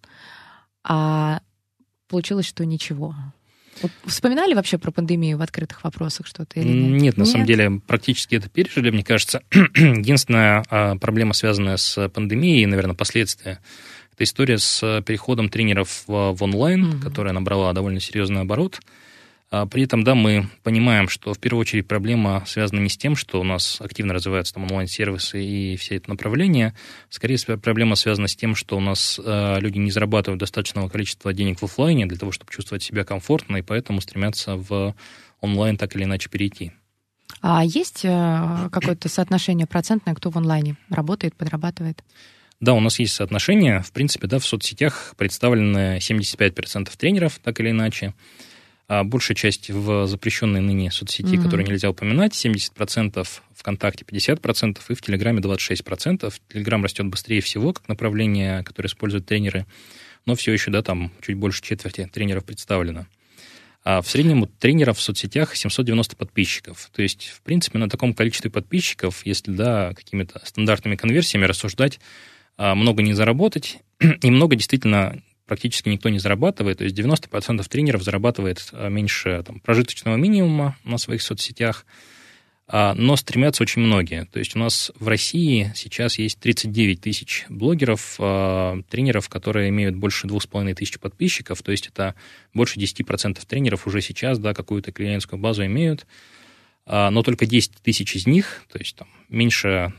а получилось, что ничего. Вспоминали вообще про пандемию в открытых вопросах что-то или нет? Нет, на самом деле практически это пережили, мне кажется. Единственная проблема, связанная с пандемией, наверное, последствия, это история с переходом тренеров в онлайн, которая набрала довольно серьезный оборот. При этом, мы понимаем, что в первую очередь проблема связана не с тем, что у нас активно развиваются онлайн-сервисы и все это направление. Скорее, проблема связана с тем, что у нас люди не зарабатывают достаточного количества денег в офлайне для того, чтобы чувствовать себя комфортно, и поэтому стремятся в онлайн так или иначе перейти. А есть какое-то соотношение процентное, кто в онлайне работает, подрабатывает? Да, у нас есть соотношение. В принципе, в соцсетях представлены 75% тренеров, так или иначе. А большая часть в запрещенной ныне соцсети, которые нельзя упоминать, 70%, ВКонтакте 50% и в Телеграме 26%. Телеграм растет быстрее всего, как направление, которое используют тренеры, но все еще, там чуть больше четверти тренеров представлено. А в среднем у тренеров в соцсетях 790 подписчиков. То есть, в принципе, на таком количестве подписчиков, если, какими-то стандартными конверсиями рассуждать, много не заработать, и много действительно практически никто не зарабатывает. То есть 90% тренеров зарабатывает меньше прожиточного минимума на своих соцсетях, но стремятся очень многие. То есть у нас в России сейчас есть 39 тысяч блогеров, тренеров, которые имеют больше 2500 подписчиков. То есть это больше 10% тренеров уже сейчас какую-то клиентскую базу имеют. Но только 10 тысяч из них, то есть меньше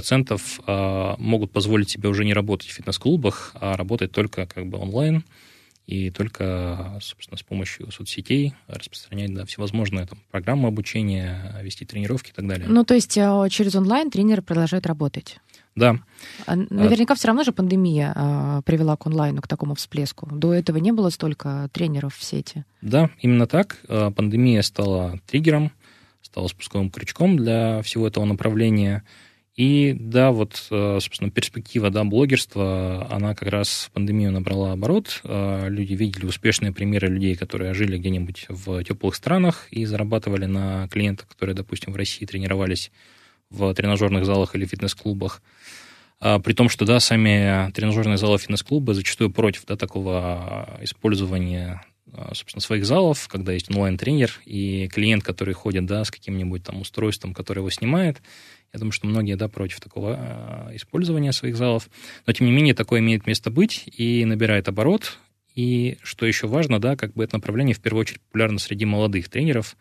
3%, могут позволить себе уже не работать в фитнес-клубах, а работать только онлайн и только, собственно, с помощью соцсетей распространять всевозможные программы обучения, вести тренировки и так далее. То есть через онлайн тренеры продолжают работать? Да. Наверняка все равно же пандемия привела к онлайну, к такому всплеску. До этого не было столько тренеров в сети. Да, именно так. Пандемия стала триггером, стала спусковым крючком для всего этого направления. И собственно, перспектива блогерства, она как раз в пандемию набрала оборот. Люди видели успешные примеры людей, которые жили где-нибудь в теплых странах и зарабатывали на клиентах, которые, допустим, в России тренировались в тренажерных залах или фитнес-клубах. При том, что, да, сами тренажерные залы фитнес-клуба зачастую против, да, такого использования, собственно, своих залов, когда есть онлайн-тренер и клиент, который ходит, да, с каким-нибудь там устройством, которое его снимает. Я думаю, что многие, да, против такого использования своих залов. Но, тем не менее, такое имеет место быть и набирает оборот. И, что еще важно, да, как бы это направление в первую очередь популярно среди молодых тренеров.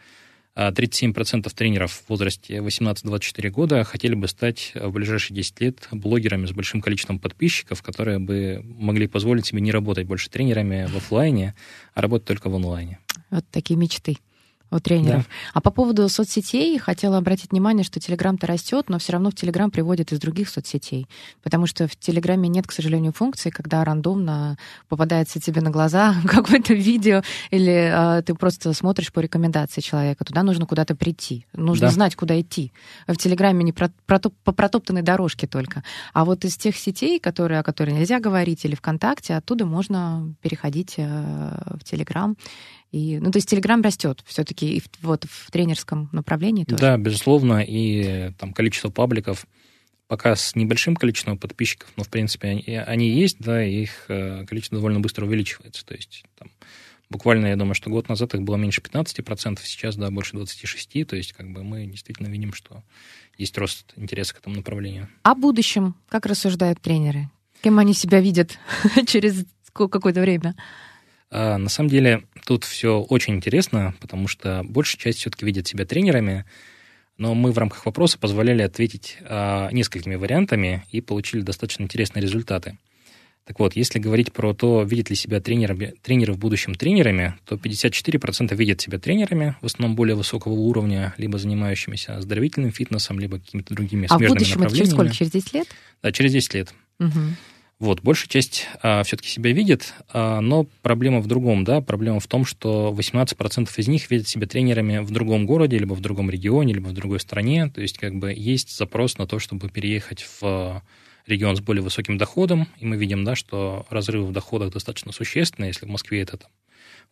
37% тренеров в возрасте 18-24 года хотели бы стать в ближайшие 10 лет блогерами с большим количеством подписчиков, которые бы могли позволить себе не работать больше тренерами в офлайне, а работать только в онлайне. Вот такие мечты у тренеров. Да. А по поводу соцсетей хотела обратить внимание, что Телеграм-то растет, но все равно в Телеграм приводят из других соцсетей. Потому что в Телеграме нет, к сожалению, функции, когда рандомно попадается тебе на глаза какое-то видео, или ты просто смотришь по рекомендации человека. Туда нужно куда-то прийти. Нужно знать, куда идти. В Телеграме не по протоптанной дорожке только. А вот из тех сетей, о которых нельзя говорить, или ВКонтакте, оттуда можно переходить в Телеграм. И, то есть Телеграм растет все-таки и вот в тренерском направлении тоже. Да, безусловно, и там количество пабликов пока с небольшим количеством подписчиков, но в принципе они есть, да, и их количество довольно быстро увеличивается. То есть там, буквально, я думаю, что год назад их было меньше 15%, сейчас, да, больше 26%. То есть как бы мы действительно видим, что есть рост интереса к этому направлению. О будущем как рассуждают тренеры? Кем они себя видят через какое-то время? На самом деле тут все очень интересно, потому что большая часть все-таки видит себя тренерами, но мы в рамках вопроса позволяли ответить несколькими вариантами и получили достаточно интересные результаты. Так вот, если говорить про то, видят ли себя тренеры в будущем тренерами, то 54% видят себя тренерами, в основном более высокого уровня, либо занимающимися оздоровительным фитнесом, либо какими-то другими смежными направлениями. А в будущем это через сколько? Через 10 лет? Да, через 10 лет. Угу. Вот, большая часть все-таки себя видит, но проблема в другом, да, проблема в том, что 18% из них видят себя тренерами в другом городе, либо в другом регионе, либо в другой стране, то есть как бы есть запрос на то, чтобы переехать в регион с более высоким доходом, и мы видим, да, что разрыв в доходах достаточно существенный, если в Москве это там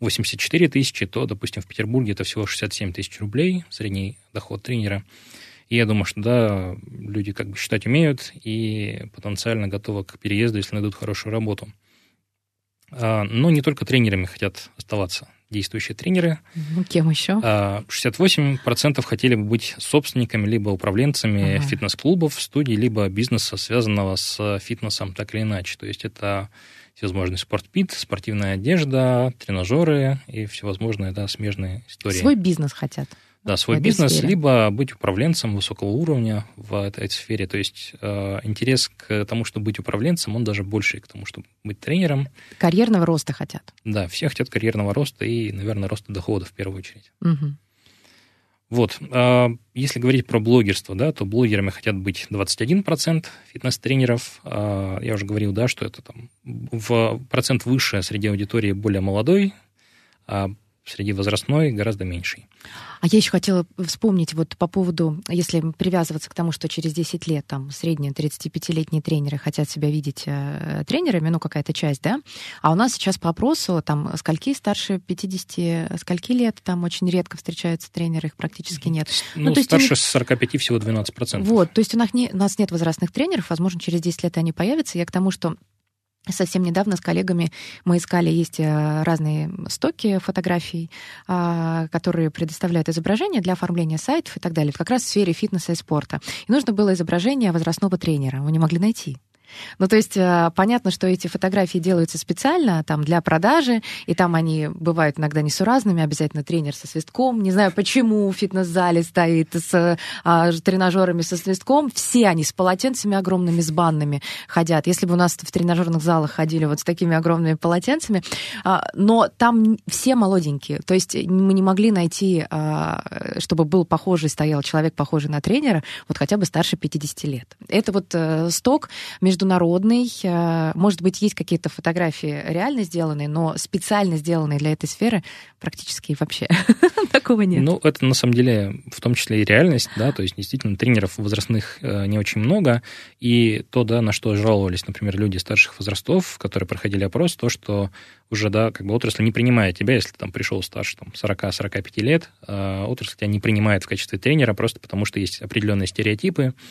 84 тысячи, то, допустим, в Петербурге это всего 67 тысяч рублей, средний доход тренера. И я думаю, что, да, люди как бы считать умеют и потенциально готовы к переезду, если найдут хорошую работу. Но не только тренерами хотят оставаться действующие тренеры. Кем еще? 68% хотели бы быть собственниками либо управленцами фитнес-клубов, студий, либо бизнеса, связанного с фитнесом так или иначе. То есть это всевозможный спортпит, спортивная одежда, тренажеры и всевозможные, да, смежные истории. Свой бизнес хотят. Да, свой бизнес, сфере. Либо быть управленцем высокого уровня в этой сфере. То есть интерес к тому, чтобы быть управленцем, он даже больше к тому, чтобы быть тренером. Карьерного роста хотят. Да, все хотят карьерного роста и, наверное, роста дохода в первую очередь. Угу. Вот. Если говорить про блогерство, да, то блогерами хотят быть 21% фитнес-тренеров. Я уже говорил, да, что это там в процент выше среди аудитории более молодой, а среди возрастной гораздо меньший. А я еще хотела вспомнить вот по поводу, если привязываться к тому, что через 10 лет там средние 35-летние тренеры хотят себя видеть тренерами, ну, какая-то часть, да? А у нас сейчас по опросу там скольки старше 50, скольки лет там очень редко встречаются тренеры, их практически нет. Ну, то есть старше 45 всего 12%. Вот, то есть у нас нет возрастных тренеров, возможно, через 10 лет они появятся. Я к тому, что совсем недавно с коллегами мы искали, есть разные стоки фотографий, которые предоставляют изображения для оформления сайтов и так далее, как раз в сфере фитнеса и спорта. И нужно было изображение возрастного тренера. Мы не могли найти. Ну, то есть понятно, что эти фотографии делаются специально там, для продажи, и там они бывают иногда несуразными, обязательно тренер со свистком. Не знаю, почему в фитнес-зале стоит с тренажерами со свистком. Все они с полотенцами огромными, с банными ходят. Если бы у нас в тренажерных залах ходили вот с такими огромными полотенцами, но там все молоденькие. То есть мы не могли найти, чтобы был похожий, стоял человек, похожий на тренера, вот хотя бы старше 50 лет. Это вот сток международный. Может быть, есть какие-то фотографии реально сделанные, но специально сделанные для этой сферы практически вообще такого нет. Ну, это на самом деле в том числе и реальность, да, то есть действительно тренеров возрастных не очень много, и то, да, на что жаловались, например, люди старших возрастов, которые проходили опрос, то, что уже, да, как бы отрасль не принимает тебя, если ты там пришел старше там, 40-45 лет, отрасль тебя не принимает в качестве тренера просто потому, что есть определенные стереотипы.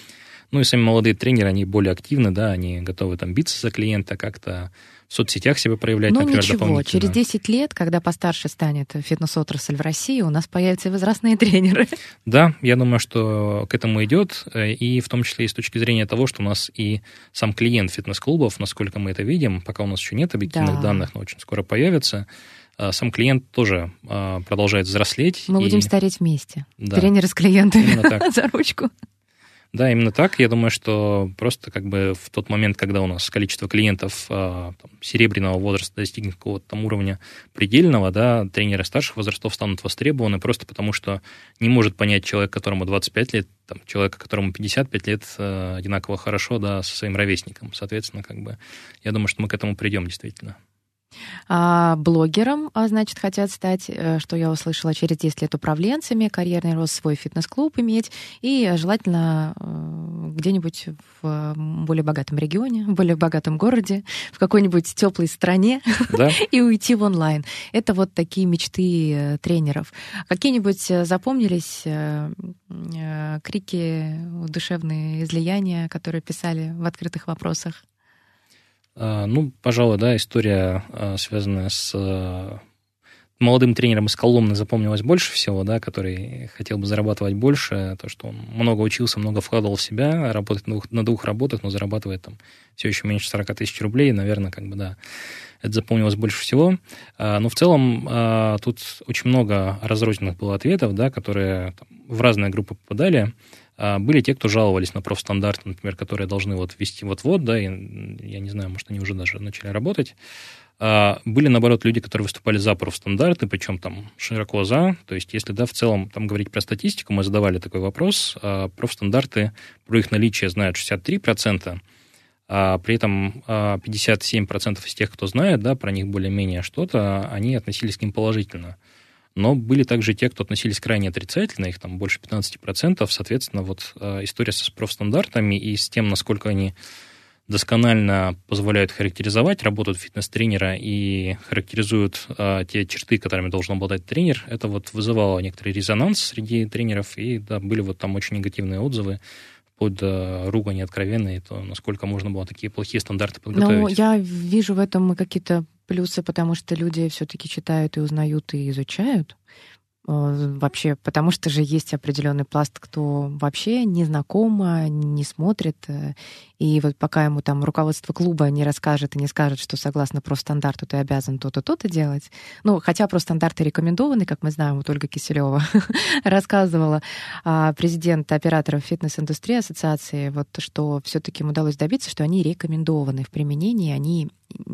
Ну и сами молодые тренеры, они более активны, да, они готовы там биться за клиента, как-то в соцсетях себя проявлять, Ну например, ничего, дополнительно. через 10 лет, когда постарше станет фитнес-отрасль в России, у нас появятся и возрастные тренеры. Да, я думаю, что к этому идет, и в том числе и с точки зрения того, что у нас и сам клиент фитнес-клубов, насколько мы это видим, пока у нас еще нет объективных данных, но очень скоро появится, сам клиент тоже продолжает взрослеть. Мы будем стареть вместе. Да. Тренеры с клиентами Именно так. за ручку. Да, именно так. Я думаю, что просто как бы в тот момент, когда у нас количество клиентов там, серебряного возраста достигнет какого-то там уровня предельного, да, тренеры старших возрастов станут востребованы просто потому, что не может понять человек, которому 25 лет, там, человека, которому 55 лет, одинаково хорошо, да, со своим ровесником. Соответственно, как бы, я думаю, что мы к этому придем действительно. Блогером, значит, хотят стать, что я услышала, через 10 лет управленцами, карьерный рост, свой фитнес-клуб иметь, и желательно где-нибудь в более богатом регионе, в более богатом городе, в какой-нибудь теплой стране, да? И уйти в онлайн. Это вот такие мечты тренеров. Какие-нибудь запомнились крики, душевные излияния, которые писали в открытых вопросах? Ну, пожалуй, да, история, связанная с молодым тренером из Коломны, запомнилась больше всего, да, который хотел бы зарабатывать больше, то, что он много учился, много вкладывал в себя, работает на двух работах, но зарабатывает там все еще меньше 40 тысяч рублей, наверное, как бы, да, это запомнилось больше всего. Но в целом тут очень много разрозненных было ответов, да, которые там в разные группы попадали. Были те, кто жаловались на профстандарты, например, которые должны вот ввести вот-вот, да, и, я не знаю, может, они уже даже начали работать. Были, наоборот, люди, которые выступали за профстандарты, причем там широко за. То есть, если, да, в целом там говорить про статистику, мы задавали такой вопрос, профстандарты, про их наличие знают 63%, а при этом 57% из тех, кто знает, да, про них более-менее что-то, они относились к ним положительно. Но были также те, кто относились крайне отрицательно, их там больше 15%. Соответственно, вот история с профстандартами и с тем, насколько они досконально позволяют характеризовать работу фитнес-тренера и характеризуют те черты, которыми должен обладать тренер, это вот вызывало некоторый резонанс среди тренеров, и да, были вот там очень негативные отзывы, вплоть до ругани откровенной, то насколько можно было такие плохие стандарты подготовить. Ну, я вижу в этом какие-то плюсы, потому что люди все-таки читают и узнают и изучают. Вообще, потому что же есть определенный пласт, кто вообще не знаком, не смотрит. И вот пока ему там руководство клуба не расскажет и не скажет, что согласно профстандарту ты обязан то-то, то-то делать. Ну, хотя профстандарты рекомендованы, как мы знаем, вот Ольга Киселева рассказывала, президент операторов фитнес-индустрии ассоциации, вот что все-таки им удалось добиться, что они рекомендованы в применении, они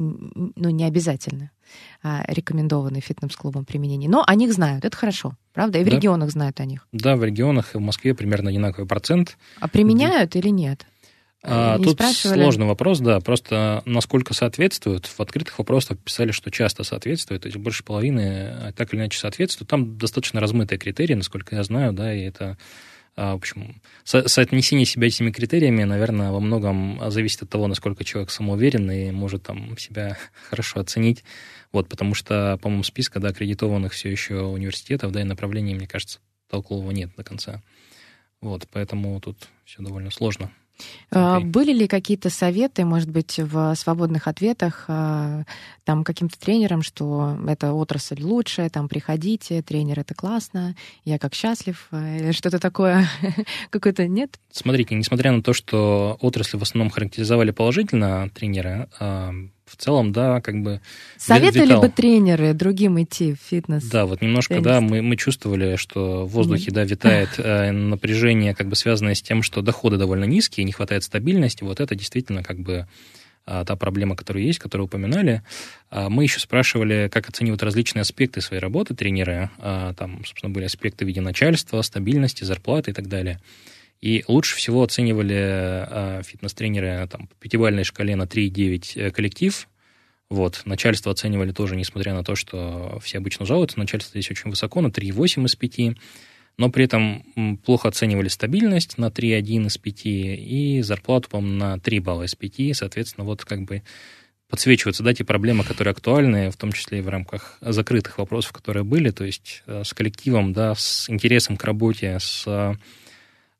не обязательно рекомендованы фитнес-клубам применения. Но о них знают, это хорошо, правда? И в регионах знают о них. Да, в регионах и в Москве примерно одинаковый процент. А применяют или нет? Тут сложный вопрос, да, просто насколько соответствуют. В открытых вопросах писали, что часто соответствует, то есть больше половины так или иначе соответствуют. Там достаточно размытые критерии, насколько я знаю, да, и это, в общем, соотнесение себя этими критериями, наверное, во многом зависит от того, насколько человек самоуверен и может там себя хорошо оценить. Вот, потому что, по-моему, списка, да, аккредитованных все еще университетов, да, и направлений, мне кажется, толкового нет до конца. Вот, поэтому тут все довольно сложно. Были ли какие-то советы, может быть, в свободных ответах там каким-то тренерам, что эта отрасль лучшая, там приходите, тренер это классно, я как счастлив, или что-то такое, какое-то нет? Смотрите, несмотря на то, что отрасли в основном характеризовали положительно тренера, в целом, да, как бы... Советовали бы тренеры другим идти в фитнес? Да, вот немножко, да, мы чувствовали, что в воздухе, да, витает напряжение, как бы связанное с тем, что доходы довольно низкие, не хватает стабильности. Вот это действительно как бы та проблема, которая есть, которую упоминали. Мы еще спрашивали, как оценивают различные аспекты своей работы тренеры. Там, собственно, были аспекты в виде начальства, стабильности, зарплаты и так далее. И лучше всего оценивали фитнес-тренеры там, по 5-бальной шкале на 3,9 коллектив. Вот. Начальство оценивали тоже, несмотря на то, что все обычно жалуются. Начальство здесь очень высоко, на 3,8 из 5. Но при этом плохо оценивали стабильность на 3,1 из 5 и зарплату, по-моему, на 3 балла из 5. Соответственно, вот как бы подсвечиваются, да, те проблемы, которые актуальны, в том числе и в рамках закрытых вопросов, которые были. То есть с коллективом, да, с интересом к работе, с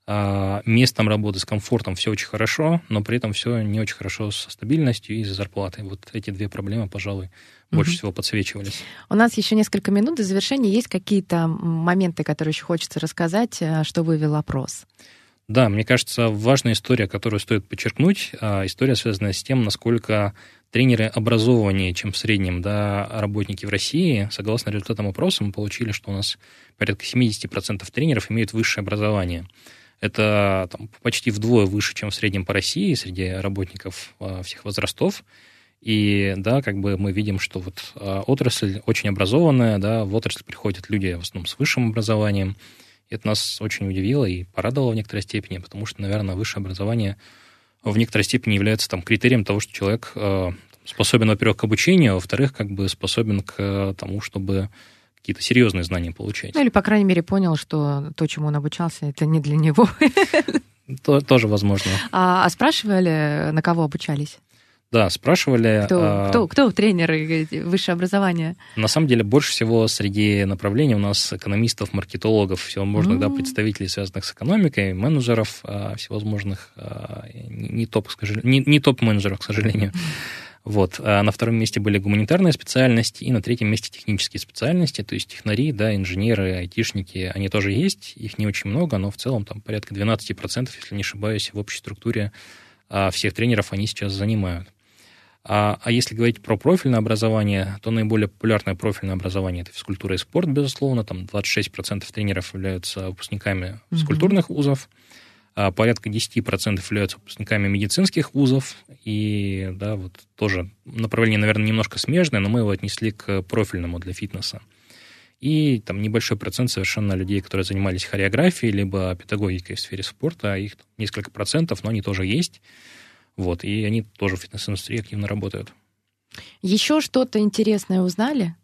местом работы, с комфортом все очень хорошо, но при этом все не очень хорошо со стабильностью и с зарплатой. Вот эти две проблемы, пожалуй, больше всего подсвечивались. У нас еще несколько минут до завершения. Есть какие-то моменты, которые еще хочется рассказать, что вывел опрос? Да, мне кажется, важная история, которую стоит подчеркнуть, история, связанная с тем, насколько тренеры образованнее, чем в среднем, да, работники в России. Согласно результатам опроса, мы получили, что у нас порядка 70% тренеров имеют высшее образование. Это почти вдвое выше, чем в среднем по России среди работников всех возрастов. И да, как бы мы видим, что вот отрасль очень образованная, да, в отрасль приходят люди в основном с высшим образованием. И это нас очень удивило и порадовало в некоторой степени, потому что, наверное, высшее образование в некоторой степени является критерием того, что человек способен, во-первых, к обучению, а во-вторых, как бы способен к тому, чтобы какие-то серьезные знания получать. Ну, или, по крайней мере, понял, что то, чему он обучался, это не для него. Тоже возможно. А спрашивали, на кого обучались? Да, спрашивали. Кто тренеры, высшее образование? На самом деле, больше всего среди направлений у нас экономистов, маркетологов, всевозможных представителей, связанных с экономикой, менеджеров всевозможных, не топ-менеджеров, к сожалению. Вот. А на втором месте были гуманитарные специальности, и на третьем месте технические специальности, то есть технари, да, инженеры, айтишники, они тоже есть, их не очень много, но в целом порядка 12%, если не ошибаюсь, в общей структуре всех тренеров они сейчас занимают. А если говорить про профильное образование, то наиболее популярное профильное образование – это физкультура и спорт, безусловно. 26% тренеров являются выпускниками физкультурных вузов, порядка 10% являются выпускниками медицинских вузов. И да, вот тоже направление, наверное, немножко смежное, но мы его отнесли к профильному для фитнеса. И небольшой процент совершенно людей, которые занимались хореографией, либо педагогикой в сфере спорта, их несколько процентов, но они тоже есть. Вот, и они тоже в фитнес-индустрии активно работают. Еще что-то интересное узнали?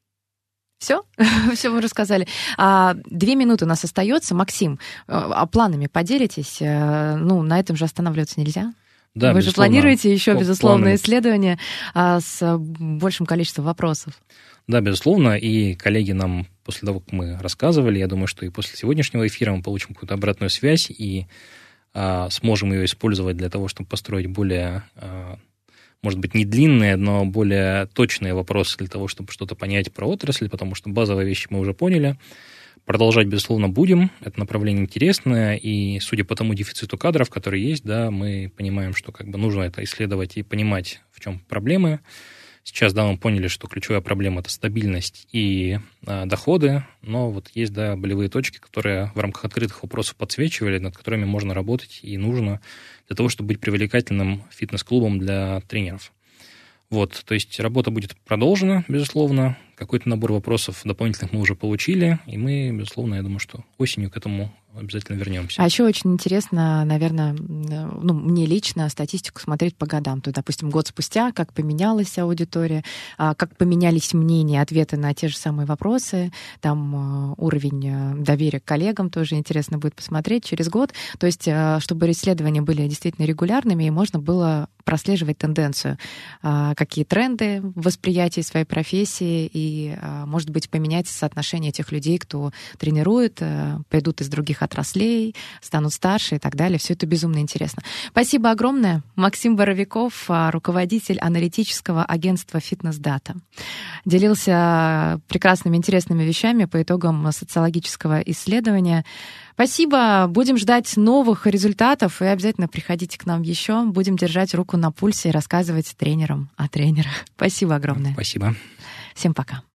Все? Все мы рассказали. 2 минуты у нас остается. Максим, планами поделитесь? На этом же останавливаться нельзя. Да, вы же планируете еще, безусловно, исследования с большим количеством вопросов. Да, безусловно, и коллеги нам после того, как мы рассказывали, я думаю, что и после сегодняшнего эфира мы получим какую-то обратную связь и сможем ее использовать для того, чтобы построить более, может быть, не длинные, но более точные вопросы для того, чтобы что-то понять про отрасль, потому что базовые вещи мы уже поняли. Продолжать, безусловно, будем. Это направление интересное, и судя по тому дефициту кадров, который есть, да, мы понимаем, что нужно это исследовать и понимать, в чем проблемы. Сейчас, да, мы поняли, что ключевая проблема – это стабильность и доходы, но вот есть, да, болевые точки, которые в рамках открытых вопросов подсвечивали, над которыми можно работать и нужно для того, чтобы быть привлекательным фитнес-клубом для тренеров. Вот, то есть работа будет продолжена, безусловно. Какой-то набор вопросов дополнительных мы уже получили, и мы, безусловно, я думаю, что осенью к этому обязательно вернемся. А еще очень интересно, наверное, мне лично статистику смотреть по годам. То, допустим, год спустя, как поменялась аудитория, как поменялись мнения, ответы на те же самые вопросы, уровень доверия к коллегам тоже интересно будет посмотреть через год. То есть, чтобы исследования были действительно регулярными, и можно было прослеживать тенденцию, какие тренды в восприятии своей профессии, и, может быть, поменяется соотношение тех людей, кто тренирует, придут из других отраслей, станут старше и так далее. Все это безумно интересно. Спасибо огромное. Максим Боровиков, руководитель аналитического агентства «Фитнес Дата», делился прекрасными, интересными вещами по итогам социологического исследования. Спасибо. Будем ждать новых результатов, и обязательно приходите к нам еще. Будем держать руку на пульсе и рассказывать тренерам о тренерах. Спасибо огромное. Спасибо. Всем пока.